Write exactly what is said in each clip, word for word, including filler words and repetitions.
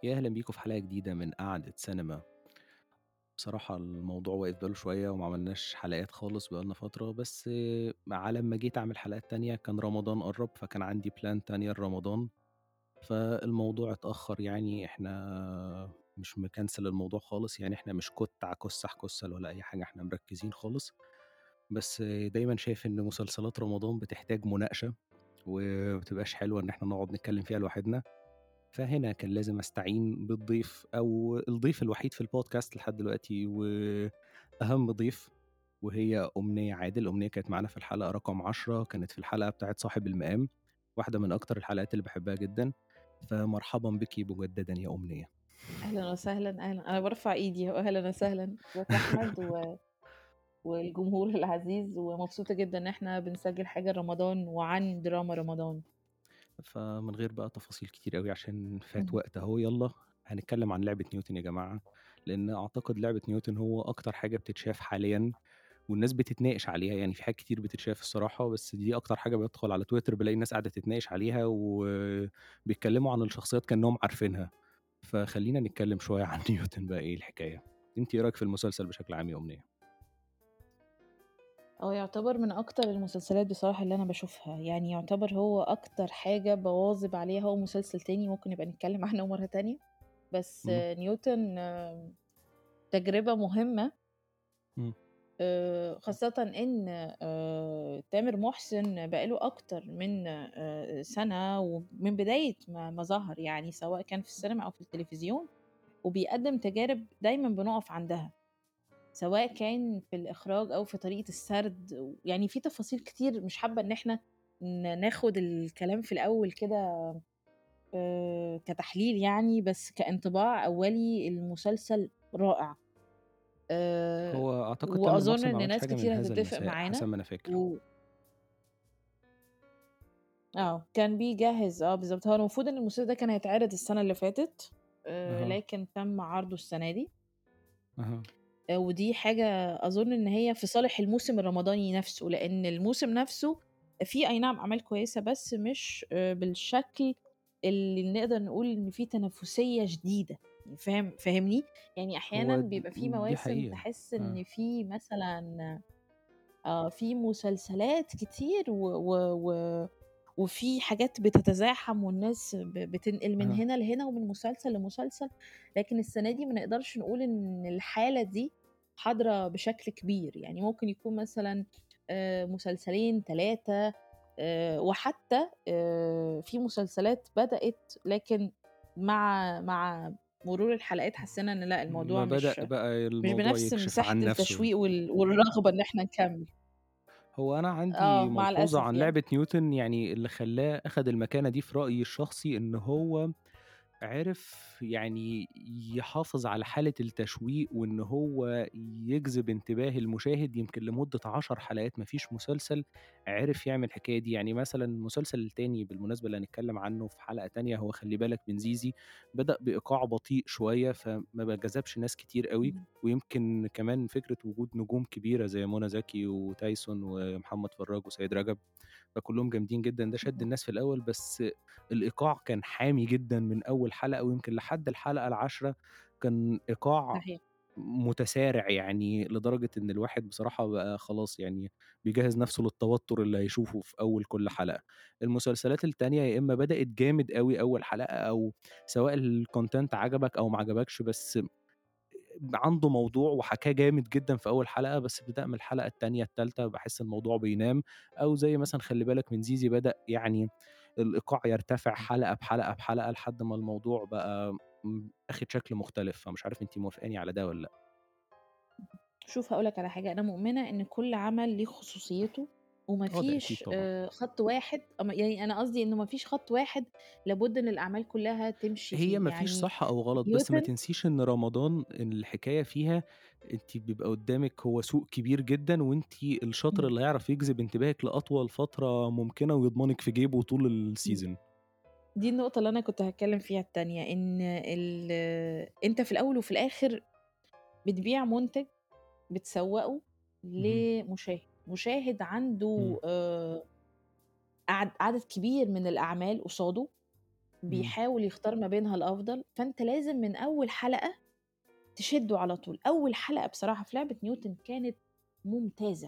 يا أهلا بيكم في حلقة جديدة من قعدة سينما. بصراحة الموضوع واقف بقاله شوية وما عملناش حلقات خالص بقالنا فترة، بس على ما جيت أعمل حلقات تانية كان رمضان قرب، فكان عندي بلان تانية لرمضان، فالموضوع اتأخر. يعني احنا مش مكنسل الموضوع خالص، يعني احنا مش كت عكسح كسل ولا أي حاجة، احنا مركزين خالص. بس دايما شايف إن مسلسلات رمضان بتحتاج مناقشة ومبتبقاش حلوة إن احنا نقعد نتكلم فيها لوحدنا. فهنا كان لازم أستعين بالضيف أو الضيف الوحيد في البودكاست لحد دلوقتي وأهم ضيف، وهي أمنية عادل. أمنية كانت معانا في الحلقة رقم عشرة، كانت في الحلقة بتاعت صاحب المقام، واحدة من أكتر الحلقات اللي بحبها جدا. فمرحبا بك مجددا يا أمنية. اهلا وسهلا اهلا، انا برفع ايدي اهو. اهلا وسهلا ازيك يا احمد و... والجمهور العزيز، ومبسوطه جدا ان احنا بنسجل حاجه رمضان وعن دراما رمضان. فمن غير بقى تفاصيل كتير قوي عشان فات مهم. وقت اهو، يلا هنتكلم عن لعبة نيوتن يا جماعة. لأن أعتقد لعبة نيوتن هو أكتر حاجة بتتشاف حاليا والناس بتتناقش عليها. يعني في حاجات كتير بتتشاف الصراحة، بس دي أكتر حاجة بدخل على تويتر بلاقي الناس قاعدة تتناقش عليها وبيتكلموا عن الشخصيات كأنهم عارفينها. فخلينا نتكلم شوية عن نيوتن بقى، إيه الحكاية؟ أنت إيه رأيك في المسلسل بشكل عام يا أمنية؟ هو يعتبر من اكتر المسلسلات بصراحه اللي انا بشوفها، يعني يعتبر هو اكتر حاجه بواظب عليها. هو مسلسل تاني ممكن نبقى نتكلم عنه مره تانية، بس مم. آه، نيوتن آه، تجربه مهمه. مم. آه، خاصة إن آه، تامر محسن بقاله أكتر من آه، سنة، ومن بداية ما ما ظهر، يعني سواء كان في السينما أو في التلفزيون، وبيقدم تجارب دايما بنقف عندها، سواء كان في الإخراج أو في طريقة السرد. يعني في تفاصيل كتير مش حابة إن احنا ن- ناخد الكلام في الأول كده آه، كتحليل يعني، بس كانطباع أولي المسلسل رائع. آه، هو أعتقد تامر وأظن محسن ما إن عملش ناس حاجة من كتير هذا هتتفق المساء معانا. حسب ما أنا فاكر. و... اه كان بيجهز، اه بالظبط. هو المفروض ان المسلسل ده كان هيتعرض السنة اللي فاتت، آه أها. لكن تم عرضه السنة دي. أها. آه ودي حاجة أظن إن هي في صالح الموسم الرمضاني نفسه، لأن الموسم نفسه فيه أي نعم أعمال كويسة، بس مش آه بالشكل اللي نقدر نقول إن فيه تنافسية شديدة. يعني فاهم فاهمني؟ يعني أحيانا هو بيبقى فيه دي مواسم حقيقة. تحس آه. إن فيه مثلا آه في مسلسلات كتير و... و... و... وفي حاجات بتتزاحم، والناس ب- بتنقل من أها. هنا لهنا ومن مسلسل لمسلسل. لكن السنة دي ما نقدرش نقول ان الحالة دي حاضرة بشكل كبير. يعني ممكن يكون مثلا آه، مسلسلين ثلاثة، وحتى آه، في مسلسلات بدأت، لكن مع مع مرور الحلقات حسينا ان لا، الموضوع ما بدأ مش بقى مش الموضوع بنفس يكشف مساحة عن نفسه. التشويق وال- والرغبة ان احنا نكمل. هو أنا عندي اه مع ملحوظة الأسف عن يعني. لعبة نيوتن، يعني اللي خلاه أخد المكانة دي في رأيي الشخصي إن هو عرف يعني يحافظ على حالة التشويق وإن هو يجذب انتباه المشاهد. يمكن لمدة عشر حلقات مفيش مسلسل عرف يعمل الحكاية دي. يعني مثلا المسلسل التاني بالمناسبة اللي هنتكلم عنه في حلقة تانية هو خلي بالك من زيزي، بدأ بإيقاع بطيء شوية فما بجذبش ناس كتير قوي. مم. ويمكن كمان فكرة وجود نجوم كبيرة زي منى زكي وتايسون ومحمد فراج وسيد رجب، فكلهم جامدين جدا، ده شد الناس في الأول. بس الإيقاع كان حامي جدا من أول حلقة، ويمكن لحد الحلقة العاشرة كان إيقاع صحيح. متسارع، يعني لدرجة إن الواحد بصراحة بقى خلاص يعني بيجهز نفسه للتوتر اللي هيشوفه في أول كل حلقة. المسلسلات التانية يا إما بدأت جامد قوي أول حلقة، أو سواء الكونتنت عجبك أو ما عجبكش، بس عنده موضوع وحكاه جامد جدا في اول حلقه، بس ابتداء من الحلقه التانية التالتة بحس الموضوع بينام. او زي مثلا خلي بالك من زيزي، بدا يعني الايقاع يرتفع حلقه بحلقه بحلقه لحد ما الموضوع بقى م- اخد شكل مختلف. فمش عارف انتي موافقاني على ده ولا لا. شوف هقولك على حاجة، أنا مؤمنة إن كل عمل ليه خصوصيته، اه ده اكيد ومفيش طبعا. آه، خط واحد. أما- يعني أنا قصدي إنه مفيش خط واحد لابد إن الأعمال كلها تمشي هي فيه. مفيش يعني صح او غلط، بس ما نيوتن. تنسيش ان رمضان الحكايه فيها انت بيبقى قدامك هو سوق كبير جدا، وانت الشاطر مم. اللي يعرف يجذب انتباهك لاطول فتره ممكنه ويضمنك في جيبه طول مم. السيزون. دي النقطة اللي أنا كنت هتكلم فيها التانية، إن ال... أنت في الأول وفي الآخر بتبيع منتج، بتسوقه مهم. لمشاهد. مشاهد عنده مم. آه، عد- عدد كبير من الأعمال قصاده، إمم. بيحاول يختار ما بينها الأفضل، فأنت لازم من أول حلقة تشدّه على طول. أول حلقة بصراحة في لعبة نيوتن كانت ممتازة،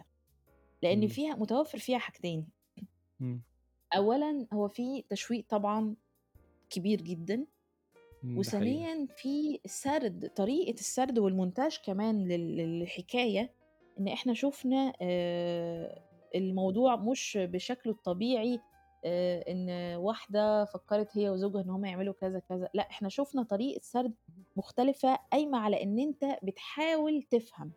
لإن إمم. فيها متوفّر فيها حاجتين، إمم. أولًا هو في تشويق طبعًا كبير جدًا، إمم، ده حقيقي. وثانيًا في السرد، طريقة السرد والمونتاج كمان لل للحكاية، إن إحنا شُفنا آآ الموضوع مش بشكله الطبيعي، آآ إن واحدة فكّرت هي وزوجها إن هُم يعملوا كذا، كذا، لأ إحنا شُفنا طريقة سرد مختلفة قايمة على إن أنت بتحاول تفهم،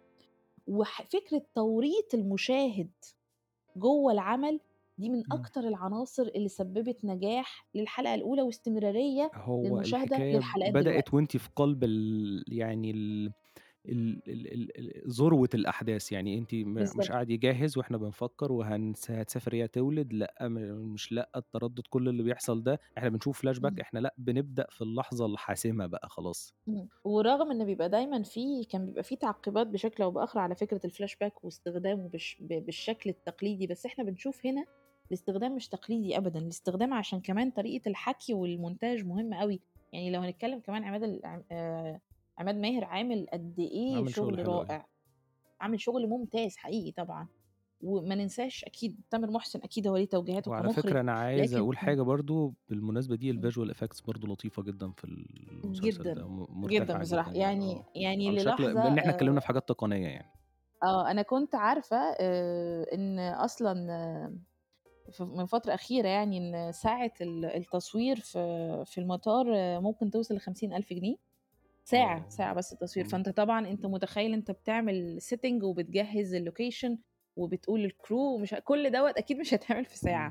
وح فكرة توريط المشاهد جوّه العمل دي من إمم. أكتر العناصر اللي سبّبت نجاح للحلقة الأولى واستمرارية هو للمشاهدة الحكاية للحلقات بدأت دلوقتي. وأنتِ في قلب ال يعني ال ال ال ال ال ذروة الأحداث، يعني أنتِ م مش بالضبط. قاعد يجهّز وإحنا بنفكّر وهنس هتسافر هي تولد، لأ م مش لأ، التردُّد كل اللي بيحصل ده إحنا بنشوف flashback، إمم. إحنا لأ، بنبدأ في اللحظة الحاسمة بقى خلاص. إمم. ورغم إن بيبقى دايمًا في كان بيبقى في تعقيبات بشكل أو بآخر على فكرة الflashback واستخدامه بش ب بالشكل التقليدي، بس إحنا بنشوف هنا الاستخدام مش تقليدي أبدًا، الاستخدام عشان كمان طريقة الحكي والمونتاج مهمة أوي. يعني لو هنتكلم كمان عماد ال عم آآ عماد ماهر عامل قد إيه عامل شغل شغل حلو أوي. رائع، عامل شغل ممتاز حقيقي طبعًا. وما ننساش أكيد تامر محسن أكيد هو ليه توجيهاته وعلى كمخرج، فكرة أنا عايز لكن أقول إمم. حاجة برضه بالمناسبة دي إمم. الvisual effects برضه لطيفة جدًا في المسلسل جدًا، ده، م جدًا مرتفعة بصراحة. جدًا يعني يعني آه، يعني على شكل للحظة بما إن إحنا آآ اتكلّمنا في حاجات تقنية يعني. آه، أنا كنت عارفة آآ إن أصلًا آه، ف من فترة أخيرة يعني إن ساعة ال التصوير في في المطار آه، ممكن توصل لخمسين ألف جنيه، ساعة، آه. ساعة بس تصوير. إمم. فأنت طبعًا أنت متخيّل أنت بتعمل setting وبتجهّز الlocation وبتقول الcrew ومش ه كل دوّة أكيد مش هيتعمل في إمم. ساعة،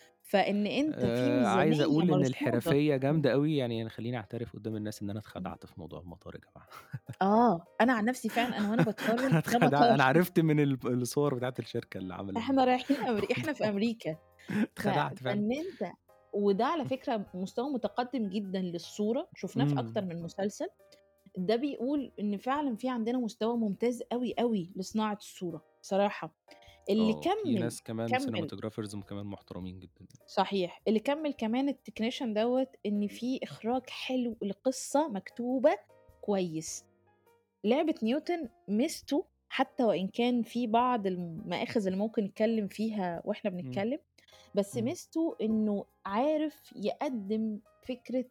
فإن أنت في آآ عايز ميزانية أقول إن مرصودة. الحرفية إمم. جامدة أوي، يعني أنا خلّيني أعترف قدّام الناس إن أنا إمم. اتخدعت في موضوع المطار يا جماعة. آه، أنا عن نفسي فعلًا أنا وأنا باتفرّج أنا ده اتخدع مطار. أنا عرفت من ال الصور بتاعة الشركة اللي عاملة إحنا رايحين أمري إحنا في الموضوع. أمريكا. ف اتخدعت فعلًا. فإن أنت وده على فكرة مستوى متقدم جدًا للصورة، شُفناه في إمم. أكتر من مسلسل، ده بيقول إن فعلًا في عندنا مستوى ممتاز أوي، أوي لصناعة الصورة بصراحة. اللي آه، في كمّل ناس كمان كمّل cinematographers م كمان محترمين جدًا. صحيح، اللي كمّل كمان الtechnician دوّة إن في إخراج حلو لقصة مكتوبة كويس. لعبة نيوتن ميزته حتى وإن كان في بعض المآخذ اللي ممكن نتكلم فيها وإحنا إمم. بنتكلم، بس إمم. ميزته إنه عارف يقدّم فكرة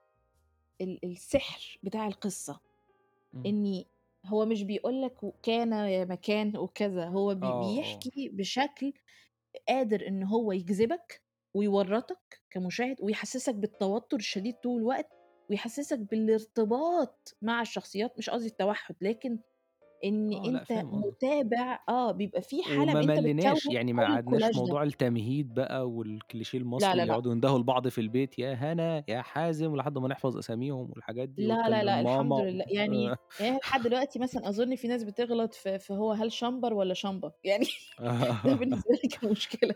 ال السحر بتاع القصة، إمم. إني هو مش بيقول لك وكان يا مكان وكذا، هو بي آه. آه. بيحكي بشكل قادر إن هو يجذبك ويورّطك كمشاهد ويحسّسك بالتوتر الشديد طول الوقت، ويحسّسك بالارتباط مع الشخصيات، مش قصدي التوحُّد، لكن إن آه، لأ أنت فاهم قصدك. متابع آه، بيبقى في حالة وما أنت ملّيناش، بتكوّن يعني ما حوالي قعدناش الكولاج ده. موضوع التمهيد بقى والكليشيه لا، المصري لا، اللي لأ. يقعدوا يندهوا لبعض في البيت يا هنا، يا حازم، ولحد ما نحفظ أساميهم والحاجات دي لا، لا، لأ، وتكلم الحمد ماما. لله. يعني آآ يعني لحد دلوقتي مثلًا أظن في ناس بتغلط في في هو هل شمبر والّا شامبا؟ يعني ده بالنسبة لي كان مشكلة.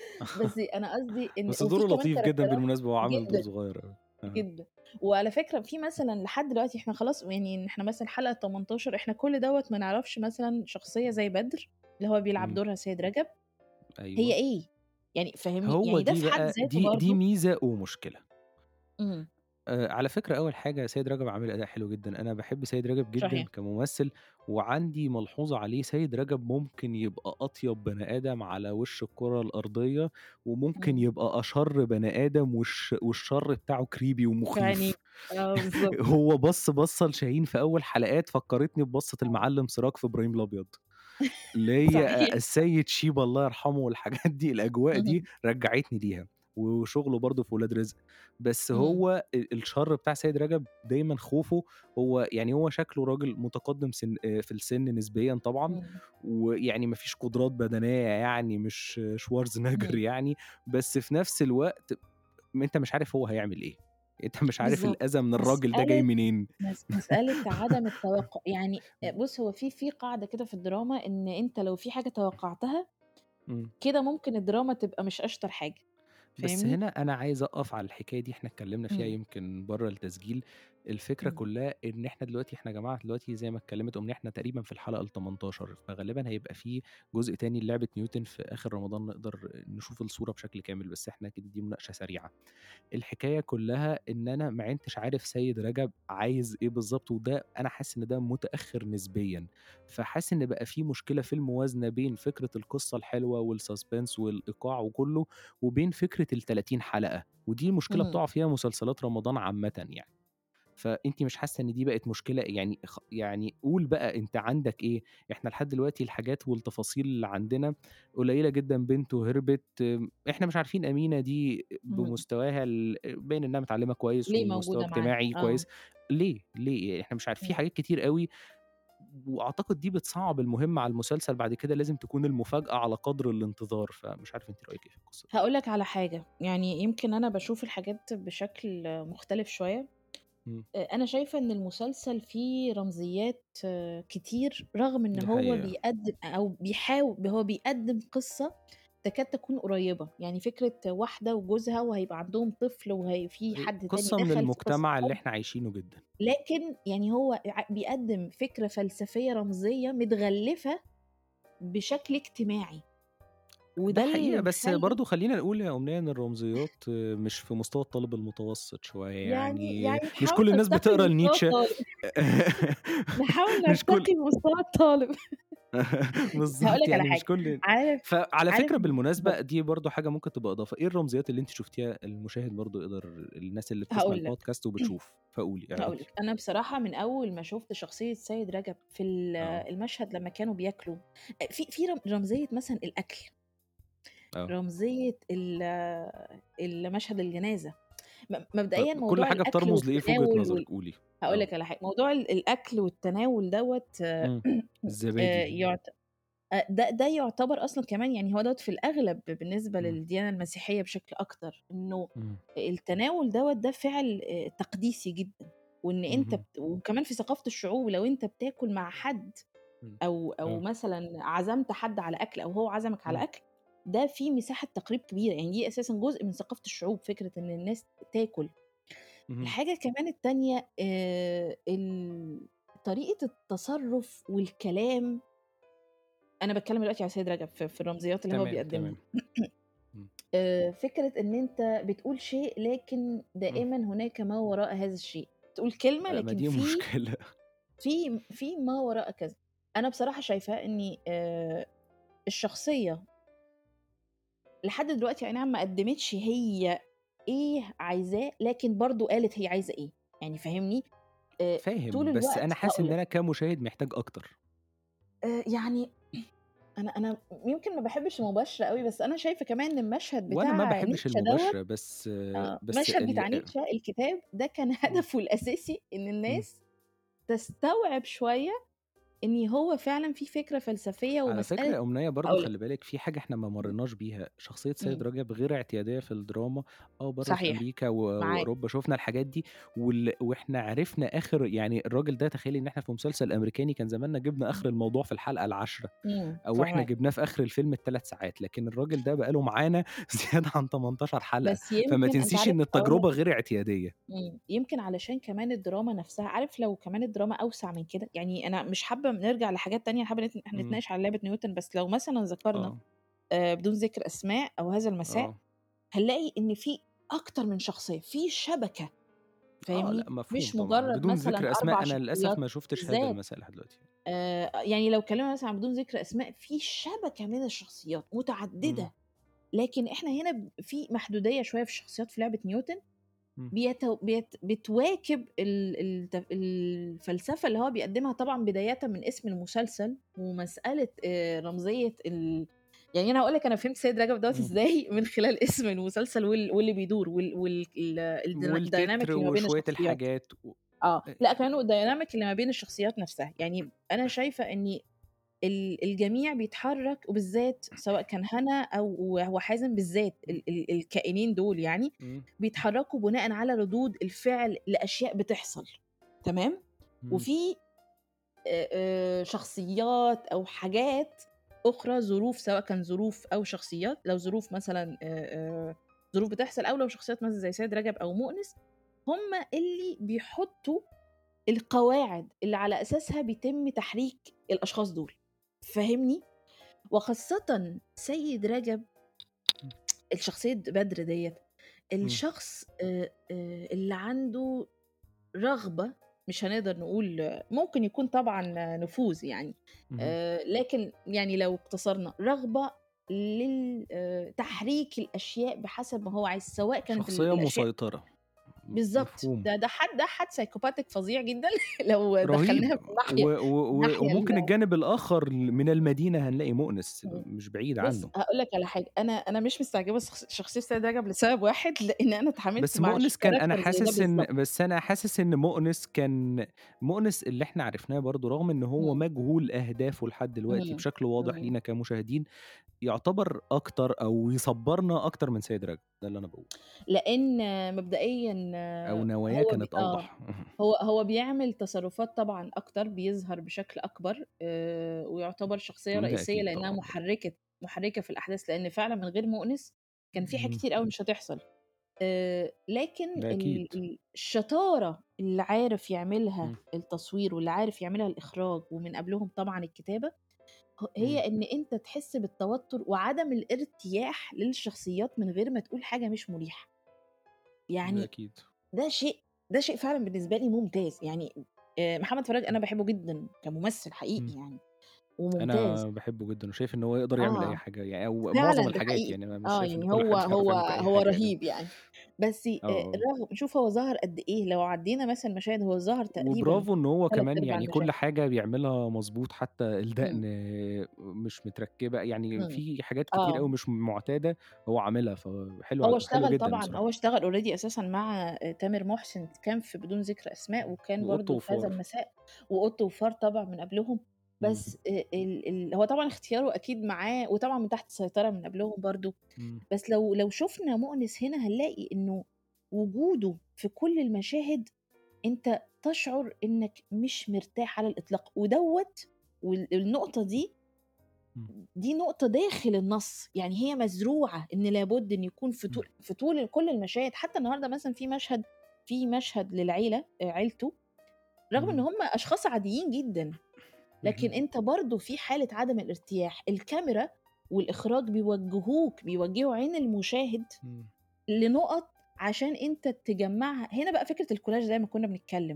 بس أنا قصدي إن بس وفي دوره كمان لطيف جدًا كاركترات بالمناسبة، هو عامل دور جدًا. صغير أوي. آه. جدًا. وعلى فكرة في مثلًا لحد دلوقتي إحنا خلاص يعني إحنا مثلًا حلقة تمنتاشر إحنا كل دوّة ما نعرفش مثلًا شخصية زي بدر اللي هو بيلعب إمم. دورها سيد رجب، هي أيوه. إيه؟ يعني فاهمني؟ هو يعني ده دي في حد بقى ذاته دي دي برضه. ميزة ومشكلة. إمم. آآ على فكرة أول حاجة سيد رجب عامل أداء حلو جدًا، أنا باحب سيد رجب جدًا صحيح. كممثل، وعندي ملحوظة عليه، سيد رجب ممكن يبقى أطيب بني آدم على وش الكرة الأرضية، وممكن إمم. يبقى أشَر بني آدم والش والشر بتاعه creepy في عينيه. ومخيف. آه بالضبط. هو بَص بَصّة لشاهين في أول حلقات فكّرتني ببصّة آه. المعلم سراج في إبراهيم الأبيض. اللي هي أ صحيح. السيد شيبة الله يرحمه والحاجات دي، الأجواء دي اهم. رجّعتني ليها، وشغله برضه في ولاد رزق. بس إمم. هو ال الشر بتاع سيد رجب دايمًا خوفه، هو يعني هو شكله راجل متقدّم سن آآ في السِن نسبيًا طبعًا، إمم. ويعني ما فيش قدرات بدنية يعني مش شوارزنيجر إمم. يعني، بس في نفس الوقت م أنت مش عارف هو هيعمل إيه، أنت مش عارف بالضبط. الأذى من الراجل ده جاي مسألة منين. مس مسألة عدم التوقُّع. يعني أ بُص، هو في في قاعدة كده في الدراما إن أنت لو في حاجة توقّعتها، إمم. كده ممكن الدراما تبقى مش أشطر حاجة، بس فاهمني؟ هنا أنا عايز أقف على الحكاية دي، إحنا اتكلّمنا فيها إمم. يمكن برّه التسجيل. الفكرة إمم. كلّها إن إحنا دلوقتي إحنا يا جماعة دلوقتي زي ما اتكلّمت أمنية، إحنا تقريبًا في الحلقة التمنتاشر، فغالبًا هيبقى في جزء تاني للعبة نيوتن في آخر رمضان نقدر نشوف الصورة بشكل كامل، بس إحنا كده دي مناقشة سريعة. الحكاية كلّها إن أنا ما عِنتش عارف سيد رجب عايز إيه بالضبط، وده أنا حاسس إن ده متأخّر نسبيًا، فحاسس إن بقى في مشكلة في الموازنة بين فكرة القصة الحلوة والsuspense والإيقاع وكلّه، وبين فكرة التلاتين حلقة، ودي المشكلة إمم. بتُقع فيها مسلسلات رمضان عامةً يعني. فأنتِ مش حاسة إن دي بقت مشكلة يعني خ يعني قُل بقى أنت عندك إيه، إحنا لحد دلوقتي الحاجات والتفاصيل اللي عندنا قليلة جدًا، بنته هربت، آمم، إحنا مش عارفين أمينة دي إمم. بمستواها ال باين إنها متعلمة كويس ليه ومستوى موجودة معانا؟ اجتماعي آه. كويس، ليه، ليه؟ يعني إحنا مش عارف في إمم. حاجات كتير أوي، وأعتقد دي بتصعّب المهمة على المسلسل بعد كده لازم تكون المفاجأة على قدر الانتظار، فمش عارف أنتِ رأيِك إيه في القصة دي؟ هاقول لك على حاجة، يعني يمكن أنا باشوف الحاجات بشكل مختلف شوية. إمم، آآ أنا شايفة إن المسلسل فيه رمزيات آه، كتير، رغم إن دي هو حقيقة. بيقدّم أو بيحاول هو بيقدّم قصة تكاد تكون قريّبة، يعني فكرة واحدة وجوزها وهيبقى عندهم طفل وهي في آآ، حد تاني قصة من دخل في قصة المجتمع اللي حُب، إحنا عايشينه جدًا. لكن يعني هو ع بيقدّم فكرة فلسفية رمزية متغلّفة بشكل اجتماعي، ده وده حقيقة، اللي بس مخلّي برضه خلّينا نقول يا أمنية إن الرمزيات مش في مستوى الطالب المتوسط شوية، يعني يعني يعني مش نحاول كل الناس نرتقي بتقرا لمستوى لنيتشه. الطالب، نحاول مش كل نرتقي بمستوى الطالب. هاقول بالضبط، لك على يعني مش حاجة، كل عارف فعلى عارف فكرة اتفضل. بالمناسبة دي برضه حاجة ممكن تبقى إضافة، إيه الرمزيات اللي أنتِ شُفتيها المشاهد برضه يقدر الناس اللي بتسمع هاقول لك، البودكاست وبتشوف، فقولي هاقول اعرضي؟ لك، أنا بصراحة من أول ما شُفت شخصية سيد رجب في ال آه، المشهد لمّا كانوا بياكلوا، أ في في رم رمزية مثلًا الأكل، آه، رمزية ال ال مشهد الجنازة، م آه، مبدئيًا كل موضوع حاجة الأكل بترمز لإيه في وجهة والتناول وال نظرِك، قولي؟ هاقول آه، لك على حاجة، موضوع ال الأكل والتناول دوّة إمم، آآ الزبادي، يُعت أ ده ده يُعتبر أصلًا كمان يعني هو دوّة في الأغلب بالنسبة إمم، للديانة المسيحية بشكل أكتر، إنه إمم، التناول دوّة ده فِعل آآ تقديسي جدًا، وإن أنت اهم، بت وكمان في ثقافة الشعوب لو أنت بتاكل مع حد إمم، أو أو آه، مثلًا عزمت حد على أكل أو هو عزمك على إمم، أكل، ده فيه مساحة تقريب كبيرة، يعني دي أساسًا جزء من ثقافة الشعوب، فكرة إن الناس تاكل. اهم، الحاجة كمان التانية آآ ال طريقة التصرُّف والكلام، أنا باتكلم دلوقتي على سيد رجب في في الرمزيات اللي هو تمام، بيقدّمها. تمام، إمم، آآ فكرة إن أنت بتقول شيء لكن إمم. دائمًا هناك ما وراء هذا الشيء، تقول كلمة آآ ما لكن دي في مشكلة. في في ما وراء كذا. أنا بصراحة شايفاه إني آآ الشخصية لحد دلوقتي أي نعم ما قدّمتش هي إيه عايزاه، لكن برضه قالت هي عايزة إيه، يعني فاهمني؟ آآ طول فاهم، بس الوقت أنا حاسس هاقول إن لك، أنا كمشاهد محتاج أكتر. آآ يعني أنا أنا يمكن ما باحبش المباشرة أوي، بس أنا شايفة كمان إن المشهد وأنا ما بتاع باحبش نيتشه دوّة، المباشرة، بس آه، بس المشهد ال بتاع أ نيتشه الكتاب ده كان إمم، هدفه الأساسي إن إمم. الناس تستوعب شوية إن هو فعلًا في فكرة فلسفية على فكرة ومسألة. يا أمنية برضه هاقول لك، خلّي بالِك في حاجة إحنا ما مرّيناش بيها، شخصية سيد إمم، رجب غير اعتيادية في الدراما، آه برّه في صحيح، أمريكا و معاك، وأوروبا شُفنا الحاجات دي، وال وإحنا عرفنا آخر يعني الراجل ده تخيّلي إن إحنا في مسلسل أمريكاني كان زماننا جِبنا آخر الموضوع في الحلقة العاشرة. إمم، أو إحنا فاهماك. جبناه في آخر الفيلم التلات ساعات، لكن الراجل ده بقى له معانا زيادة عن تمنتاشر حلقة، بس فما يمكن أنت تنسيش عارف إن أقول لك، التجربة غير اعتيادية. إمم، يمكن علشان كمان الدراما نفسها، عارف لو كمان الدراما أوسع من كده، يعني أنا مش حابة نرجع لحاجات تانية، حابة نت إحنا إمم، نتناقش على لعبة نيوتن، بس لو مثلًا ذكرنا آه، آآ بدون ذكر أسماء أو هذا المساء، آه، هنلاقي إن في أكتر من شخصية، في شبكة، آه، لأ فاهمني؟ مفهوم مش طبعًا، مجرد بدون مثلًا ذكر أربع أسماء أنا للأسف شخصيات ما شُفتش هذا بالذات. المساء لحد دلوقتي. آآ يعني لو اتكلمنا مثلًا عن بدون ذكر أسماء، في شبكة من الشخصيات إمم، متعددة، لكن إحنا هنا ب في محدودية شوية في الشخصيات في لعبة نيوتن، إمم، بيتو بيت بتواكب ال الت الفلسفة اللي هو بيقدمها طبعًا بدايةً من اسم المسلسل، ومسألة آآ رمزية ال يعني أنا هاقول لك أنا فهمت سيد رجب دوّة إمم، إزاي من خلال اسم المسلسل وال واللي بيدور وال وال ال الدينا الdynamic والتتر اللي ما بين وشوية الشخصيات. الحاجات و آه، أ لأ كمان والdynamic اللي ما بين الشخصيات نفسها، يعني أنا شايفة إن ال الجميع بيتحرك، وبالذات سواء كان هنا أو وحازم بالذات إمم، ال ال الكائنين دول يعني، إمم، بيتحركوا بناءً على ردود الفعل لأشياء بتحصل، تمام؟ إمم، وفي آآ آآ شخصيات أو حاجات أخرى، ظروف سواء كان ظروف أو شخصيات، لو ظروف مثلًا آآ آآ ظروف بتحصل، أو لو شخصيات مثلًا زي سيد رجب أو مؤنس، هم اللي بيحطوا القواعد اللي على أساسها بيتم تحريك الأشخاص دول، فاهمني؟ وخاصةً سيد رجب إمم، الشخصية بدر ديّة، إمم، الشخص آآ آآ اللي عنده رغبة، مش هنقدر نقول ممكن يكون طبعًا نفوذ يعني، اهم. آآ لكن يعني لو اقتصرنا رغبة لل آآ تحريك الأشياء بحسب ما هو عايز، سواء كانت ال شخصية الأشياء مسيطرة، م بالضبط، مفهوم. ده ده حد ده حد psychopathic فظيع جدًا لو رهيب. دخلناها في و الناحية و و الناحية وممكن ال الجانب الآخر ل من المدينة هنلاقي مؤنس إمم. مش بعيد بُص، عنه. هاقول لك على حاجة، أنا أنا مش مستعجبة شخص شخصية سيد رجب لسبب واحد، لإن أنا اتعاملت بس مع ش مؤنس كان أنا character زي ده حاسس إن بالضبط. بس أنا حاسس إن مؤنس كان مؤنس اللي إحنا عرفناه برضه رغم إن هو إمم، مجهول أهدافه لحد دلوقتي إمم، بشكل واضح إمم. لينا كمشاهدين، يعتبر أكتر أو يصبّرنا أكتر من سيد رجب، ده اللي أنا باقوله. لإن مبدئيًا أو نواياه هو ب كانت آه، أوضح. هو هو بيعمل تصرفات طبعًا أكتر، بيظهر بشكل أكبر، آآ، ويعتبر شخصية ده رئيسية أكيد لإنها طبعًا برضه. محركة محركة في الأحداث، لإن فعلًا من غير مؤنس كان في حاجات إمم، كتير أوي مش هتحصل. آآ، لكن ده أكيد. ال ال الشطارة اللي عارف يعملها إمم، التصوير واللي عارف يعملها الإخراج ومن قبلهم طبعًا الكتابة، ه إمم، هي إن أنت تحس بالتوتر وعدم الارتياح للشخصيات من غير ما تقول حاجة مش مريحة، ده يعني أكيد. ده شيء ده شيء فعلًا بالنسبة لي ممتاز، يعني آآ محمد فراج أنا باحبه جدًا كممثل حقيقي إمم. يعني وممتاز. أنا باحبه جدًا وشايف إن هو يقدر يعمل أي آه. حاجة، يعني أو معظم فعلًا ده الحاجات حقيقي، يعني أنا مش آه، شايف إن يعني كل هو محدش بيعرف هو يعمل أي هو حاجة يعني. رهيب يعني، بس آه، آآ آه. الرغم شوف هو ظهر قد إيه، لو عدّينا مثلًا مشاهد هو ظهر تقريبًا وبرافو إن هو تلات كمان أرباع يعني كل المشاهد. حاجة بيعملها مضبوط، حتى الدقن إمم، مش متركبة، يعني إمم، في حاجات كتير أوي آه، مش معتادة هو عاملها، فحلوة هو حلوة اشتغل جدًا طبعًا، هو بصراحة. اشتغل already أساسًا مع آآ تامر محسن، كان في بدون ذكر أسماء، وكان وقط برضه في هذا وفار. المساء، وقط وفار طبعًا من قبلهم، إمم، بس آآ ال ال هو طبعًا اختياره أكيد معاه وطبعًا من تحت السيطرة من قبلهم برضه، إمم، بس لو لو شُفنا مؤنس هنا هنلاقي إنه وجوده في كل المشاهد أنت تشعر إنك مش مرتاح على الإطلاق، ودوّة وال النقطة دي، إمم، دي نقطة داخل النص، يعني هي مزروعة إن لابد إن يكون في إمم، طول في طول كل المشاهد، حتى النهارده مثلًا في مشهد في مشهد للعيلة آآ عيلته، رغم إن اهم، هم أشخاص عاديين جدًا، لكن اهم، أنت برضه في حالة عدم الارتياح، الكاميرا والإخراج بيوجّهوك، بيوجّهوا عين المشاهد إمم، لنُقط عشان أنت تجمّعها، هنا بقى فكرة الكولاج زي ما كنا بنتكلم.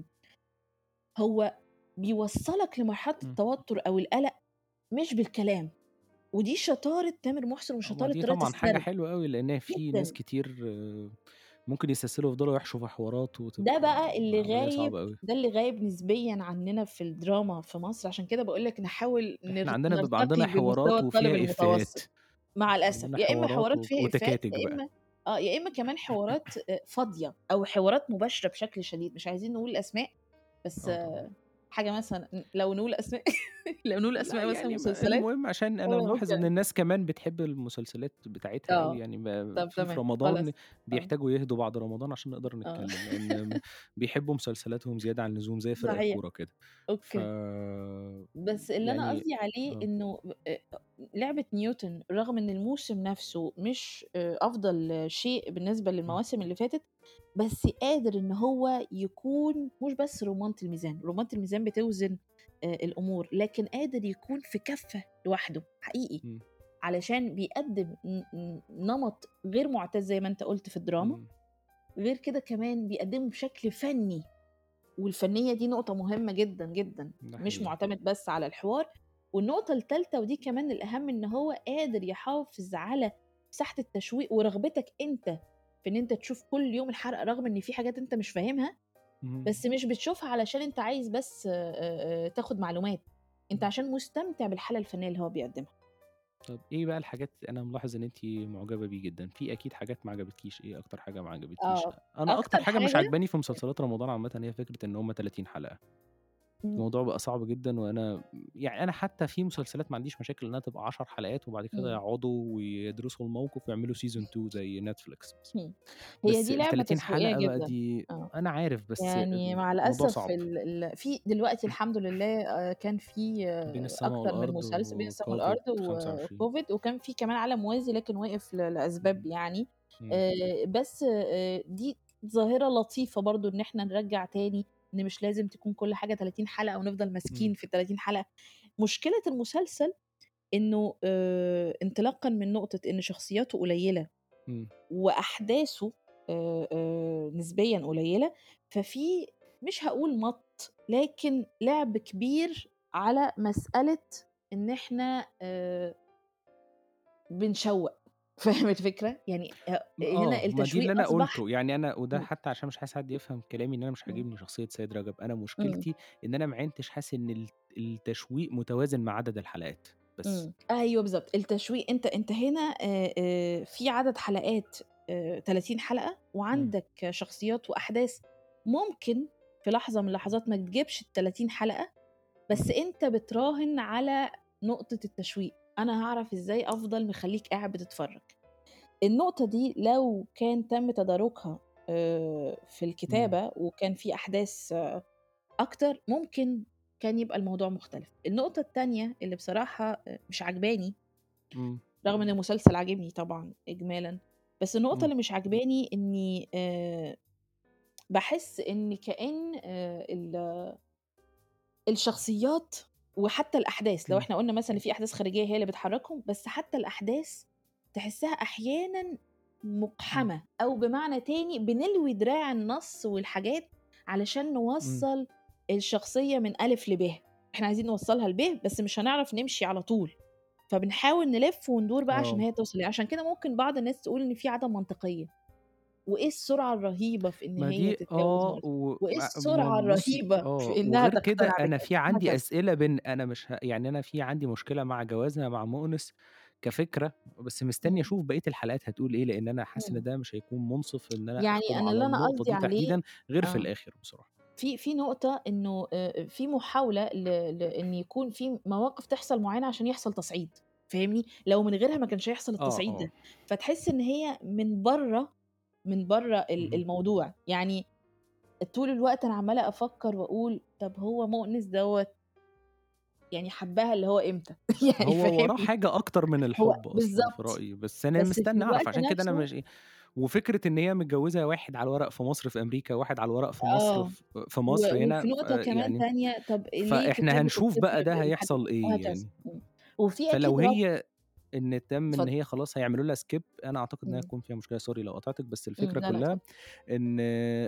هو بيوصّلك لمرحلة إمم. التوتر أو القلق مش بالكلام، ودي شطارة تامر محسن هو وشطارة دي طريقة طبعًا حاجة السرد حلوة أوي، لإن في ناس جدًا. كتير آه، ممكن يستسهلوا ويفضلوا يحشوا في حوارات ده وتبقى بقى اللي عملية غايب صعبة أوي. ده اللي غايب نسبيًا عننا في الدراما في مصر، عشان كده باقول لك نحاول إحنا نر عندنا بيبقى عندنا نرتقي بمستوى حوارات الطالب وفيها إفيهات، المتوسط، مع الأسف، عندنا يا إما حوارات حوارات و فيها إفيهات، وتكاتك يا بقى. إما آه، يا إما كمان حوارات آآ فاضية أو حوارات مباشرة بشكل شديد، مش عايزين نقول أسماء، بس آه طبعًا. آه، حاجة مثلًا ن لو نقول أسماء لو نقول لأ أسماء مثلًا يعني ما مسلسلات المهم عشان أنا آه، ملاحظ إن ممكن الناس كمان بتحب المسلسلات بتاعتها أوي، آه، يعني ما طب في في تمام، رمضان خلاص، آه، بيحتاجوا يهدوا بعد رمضان عشان نقدر آه، نتكلم، لإن م بيحبوا مسلسلاتهم زيادة عن اللزوم زي فرق صحيح، الكورة كده. ف أوكي. بس اللي أنا يعني قصدي عليه آه. إنه آآ لعبة نيوتن رغم إن الموسم نفسه مش آآ أفضل شيء بالنسبة إمم، للمواسم اللي فاتت، بس قادر إن هو يكون مش بس رُمانة الميزان، رُمانة الميزان بتوزن آآ الأمور، لكن قادر يكون في كَفّة لوحده حقيقي، إمم، علشان بيقدّم ن ن نمط غير مُعتاد زي ما أنت قُلت في الدراما، إمم، غير كده كمان بيقدّمه بشكل فني. والفنيّة دي نقطة مهمة جدًا، جدًا، ده مش حقيقة. مُعتمد بس على الحوار، والنقطة التالتة ودي كمان الأهم، إن هو قادر يحافظ على مساحة التشويق ورغبتك أنت في إن أنت تشوف كل يوم الحلقة، رغم إن في حاجات أنت مش فاهمها، اهم، بس مش بتشوفها علشان أنت عايز بس آآ، آآ، تاخد معلومات، أنت إمم. عشان مستمتع بالحالة الفنية اللي هو بيقدّمها. طب إيه بقى الحاجات أنا ملاحظ إن أنتِ معجبة بيه جدًا، في أكيد حاجات ما عجبتكيش، إيه أكتر حاجة ما عجبتكيش؟ آه، أنا أكتر أكتر حاجة مش حاجة عاجباني في مسلسلات رمضان عامةً هي فكرة إن هُم ثلاثين حلقة. إمم، الموضوع بقى صعب جدًا، وأنا يعني أنا حتى في مسلسلات ما عنديش مشاكل إنها تبقى عشر حلقات وبعد كده إمم، يقعدوا ويدرسوا الموقف ويعملوا season two زي Netflix مثلًا. إمم، هي بس دي لعبة ال30 تسويقية حلقة بقى جدًا، دي آه. أنا عارف بس يعني مع الموضوع الأسف صعب. ال ال في دلوقتي الحمد لله آآ كان في بين آه، السما أكتر من والأرض مسلسل بين السما وCovid والأرض خمسة وعشرين. وCovid، وكان في كمان عالم موازي لكن وقف ل لأسباب إمم، يعني، إمم، آآ بس آآ دي ظاهرة لطيفة برضه إن إحنا نرجّع تاني إن مش لازم تكون كل حاجة تلاتين حلقة ونفضل إمم. ماسكين في التلاتين حلقة. مشكلة المسلسل إنه آآ انطلاقًا من نقطة إن شخصياته قليلة إمم. وأحداثه آآ آآ نسبيًا قليلة، ففي مش هاقول مَط، لكن لعب كبير على مسألة إن إحنا آآ بنشوّق، فاهم الفكرة؟ يعني ه م هنا آه، ما دي التشويق اللي أنا أصبح قُلته، يعني أنا وده إمم، حتى عشان مش عايز حد يفهم كلامي إن أنا مش إمم، عاجبني شخصية سيد رجب، أنا إمم، مشكلتي إن أنا ما عِنتش حاسس إن ال التشويق متوازن مع عدد الحلقات، بس. إمم، أيوه بالضبط، التشويق أنت أنت هنا آآ آآ في عدد حلقات آآ تلاتين حلقة إمم. وعندك شخصيات وأحداث ممكن في لحظة من اللحظات ما تجيبش التلاتين حلقة، بس إمم. أنت بتراهن على نقطة التشويق، أنا هاعرف إزاي أفضل مخلّيك قاعد بتتفرّج. النقطة دي لو كان تم تداركها آآ في إمم. الكتابة وكان في أحداث آه، أكتر، ممكن كان يبقى الموضوع مختلف. النقطة التانية اللي بصراحة آآ مش عاجباني، إمم. رغم إن المسلسل عاجبني طبعًا إجمالًا، بس النقطة إمم. اللي مش عاجباني إني آآ باحس إن كأن آآ ال الشخصيات وحتى الأحداث، لو إمم. إحنا قُلنا مثلًا إن في أحداث خارجية هي اللي بتحرّكهم، بس حتى الأحداث تحسّها أحيانًا إمم. مُقحمة، أو بمعنى تاني بنلوي دراع النص والحاجات علشان إمم. نوصّل الشخصية من ألِف لب، إحنا عايزين نوصّلها لب بس مش هنعرف نمشي على طول، فبنحاول نلِف وندور بقى عشان آه. هي توصل ل عشان كده ممكن بعض الناس تقول إن في عدم منطقية، وإيه السرعة الرهيبة في إن ما هي دي تتجوّز آه، مرات و وإيه ما السرعة م بُصّي الرهيبة آه، في إنها وغير كده تقتنع أنا بكده في عندي وهكذا. أسئلة بين أنا مش ه يعني أنا في عندي مشكلة مع جوازها مع مؤنس كفكرة، بس مستني إمم، أشوف بقية الحلقات هتقول إيه، لإن أنا حاسس إن إمم. ده مش هيكون مُنصِف إن أنا يعني أحكُم أنا على اللي أنا النقطة قصدي دي عليه تحديدًا غير في آه، الآخر بصراحة. في في نقطة إنه آآ في محاولة ل لإن يكون في مواقف تحصل معيّنة عشان يحصل تصعيد، فاهمني؟ لو من غيرها ما كانش هيحصل آه. التصعيد آه. ده، فتحس إن هي من برّه من برّه ال اهم. الموضوع، يعني طول الوقت أنا عمّالة أفكّر وأقول طَب هو مؤنس دوّة يعني حبّها اللي هو إمتى؟ يعني هو وراه فاهمني؟ حاجة أكتر من هو الحُب أصلًا في بالضبط، رأيي، بس أنا بس في مستني أعرف، الوقت عشان كده أنا نَفْسه مش إيه وفكرة إن هي متجوّزة واحد على الورق في مصر في أمريكا، وواحد على الورق في مصر آه. ف في و مصر وفي هنا، ف نقطة كمان يعني تانية، طَب ليه فإحنا تحب هنشوف بقى تتّبع ده لحد هيحصل إيه وهكذا، يعني. إمم. وفي أكيد فلو رَد هي إن تم إن اتفضل. هي خلاص هيعملوا لها skip، أنا أعتقد إن هي إمم، هيكون فيها مشكلة، sorry لو قاطعتِك، بس إمم، الفكرة لا، لأ كلّها اتفضل. إن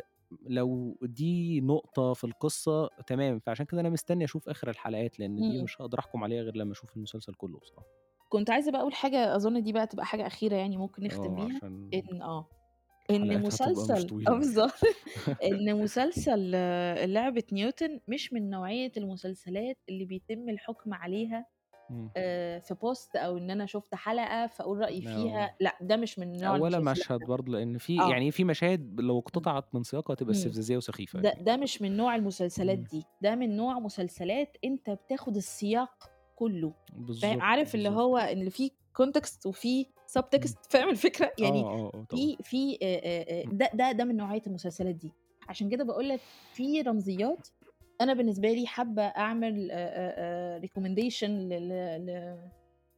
لو دي نقطة في القصة تمام، فعشان كده أنا مستني أشوف آخر الحلقات، لإن دي إمم. مش هاقدر أحكم عليها غير لمّا أشوف المسلسل كلّه بصراحة. كنت عايزة بقى أقول حاجة أظن دي بقى تبقى حاجة أخيرة يعني ممكن نختم آه، بيها، عشان إن آه، إن الحلقات هتبقى مش مسلسل آه طويلة. بالضبط، إن مسلسل آه، لعبة نيوتن مش من نوعية المسلسلات اللي بيتم الحكم عليها إمم. آآ في post أو إن أنا شُفت حلقة فأقول رأيي آه. فيها، لأ، ده مش من نوع ولا المسلسلات مشهد ده. برضه، لإن في آه، يعني في مشاهد لو إمم، اقتطعت من سياقها هتبقى إمم. استفزازية وسخيفة ده يعني. ده مش من نوع المسلسلات إمم. دي، ده من نوع مسلسلات أنت بتاخد السياق كلّه، فاهم؟ بالضبط. عارف اللي بالضبط. هو اللي فيه context وفيه إمم. subtext فاهم الفكرة؟ آه. يعني آه. آه طبعًا. في في آآ آآ إمم. ده ده ده من نوعية المسلسلات دي، عشان كده باقول لك في رمزيات أنا بالنسبة لي حابة أعمل آآ آآ recommendation ل ل ل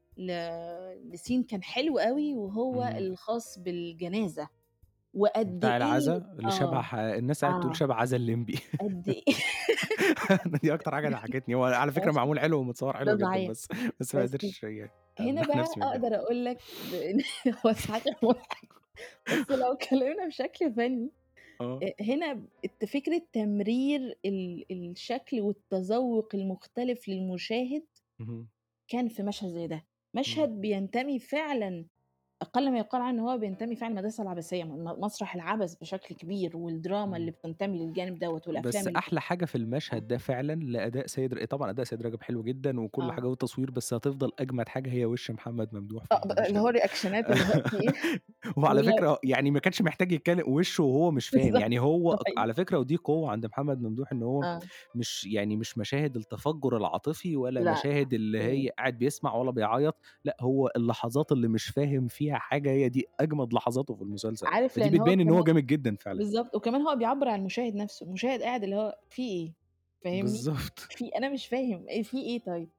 ل لscene كان حلو أوي وهو إمم. الخاص بالجنازة، وقد بتاع إيه العزا اللي شبه آه، ح الناس قاعدة تقول آه، شبه عزا الليمبي. قد إيه دي أكتر حاجة ضحكتني، هو على فكرة ماشي، معمول حلو ومتصوّر ده حلو جدًا، صحيح. بس بس ما بس قدرتش يعني هنا أمنع بقى نفسي من الضحك. أقدر أقول لك بإن هو صحيح مضحك، بس لو اتكلمنا بشكل فني آه. آآ هنا الت فكرة تمرير ال الشكل والتذوق المختلف للمشاهد اهم. كان في مشهد زي ده، إمم. مشهد بينتمي فعلًا أقل ما يُقال عنه إن هو بينتمي فعلًا للمدرسة العباسية، م مسرح العبث بشكل كبير، والدراما اللي إمم. بتنتمي للجانب دوّة، والأفلام بس اللي أحلى حاجة في آه، المشهد ده فعلًا لأداء سيد ر طبعًا أداء سيد رجب حلو جدًا وكل آه، حاجة والتصوير، بس هتفضل أجمد حاجة هي وِش محمد ممدوح في آه، ب اللي المشهد هو ده. الريأكشنات اللي هو في إيه وعلى ولو فكرة يعني ما كانش محتاج يتكلم وشه وهو مش فاهم، بالضبط، يعني هو ده ق حقيقي، على فكرة ودي قوة عند محمد ممدوح إن هو آه، مش يعني مش مشاهد التفجُّر العاطفي ولا لأ، مشاهد اللي إمم. هي قاعد بيسمع ولا بيعيّط، لأ هو اللحظات اللي مش فاهم فيها حاجة هي دي أجمد لحظاته في المسلسل، عارف فدي لإن هو بتبين إن هو كمان جامد جدًا فعلًا. بالضبط، وكمان هو بيعبّر عن المشاهد نَفْسه، المشاهد قاعد اللي هو في إيه، فاهمني؟ بالضبط. في أنا مش فاهم إيه في إيه طيب؟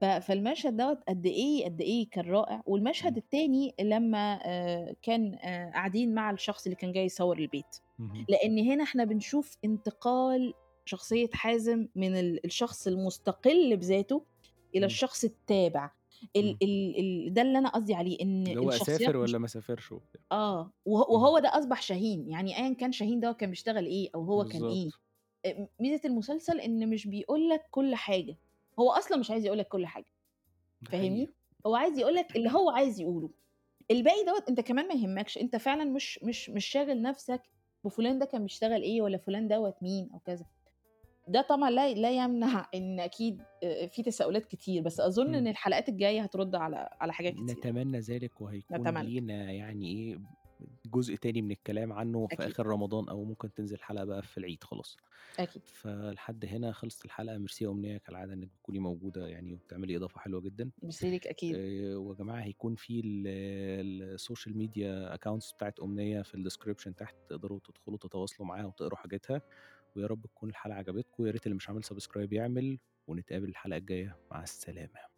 ف فالمشهد دوّة قد إيه، قد إيه كان رائع، والمشهد إمم. التاني لمّا آآ كان آآ قاعدين مع الشخص اللي كان جاي يصوّر البيت، اهم. لإن هنا إحنا بنشوف انتقال شخصية حازم من ال الشخص المستقل بذاته إلى إمم. الشخص التابع، ال إمم. ال ال ده اللي أنا قصدي عليه، إن اللي هو الشخصيات أسافر مش والّا ما أسافرش وبتاع. آه، وه إمم. وهو ده أصبح شاهين، يعني أيًا كان شاهين دوّة كان بيشتغل إيه أو هو كان إيه، بالضبط. آآ ميزة المسلسل إن مش بيقول لك كل حاجة، هو أصلًا مش عايز يقول لك كل حاجة، ده حقيقي. فاهمني؟ هو عايز يقول لك اللي هو عايز يقوله، الباقي دوّة أنت كمان ما يهمكش، أنت فعلًا مش مش مش شاغل نفسك بفلان ده كان بيشتغل إيه والّا فلان دوّة مين أو كذا. ده طبعًا لا لا يمنع إن أكيد آآ في تساؤلات كتير، بس أظن إن إمم. الحلقات الجاية هترد على على حاجات كتير، نتمنى ذلك، وهيكون نتمنى، لينا يعني إيه، جزء تاني من الكلام عنه في أكيد، آخر رمضان، أو ممكن تنزل حلقة بقى في العيد خلاص. أكيد، فلحد هنا خلصت الحلقة. ميرسي يا أمنية كالعادة إنِّك بتكوني موجودة يعني وبتعملي إضافة حلوة جدًا. ميرسي ليك أكيد، آآ ويا جماعة هيكون في ال الsocial media accounts بتاعة أمنية في الdescription تحت، تقدروا تدخلوا تتواصلوا معاها وتقروا حاجاتها. ويا رب تكون الحلقة عجبتكم، ويا ريت اللي مش عامل subscribe يعمل، ونتقابل الحلقة الجاية. مع السلامة.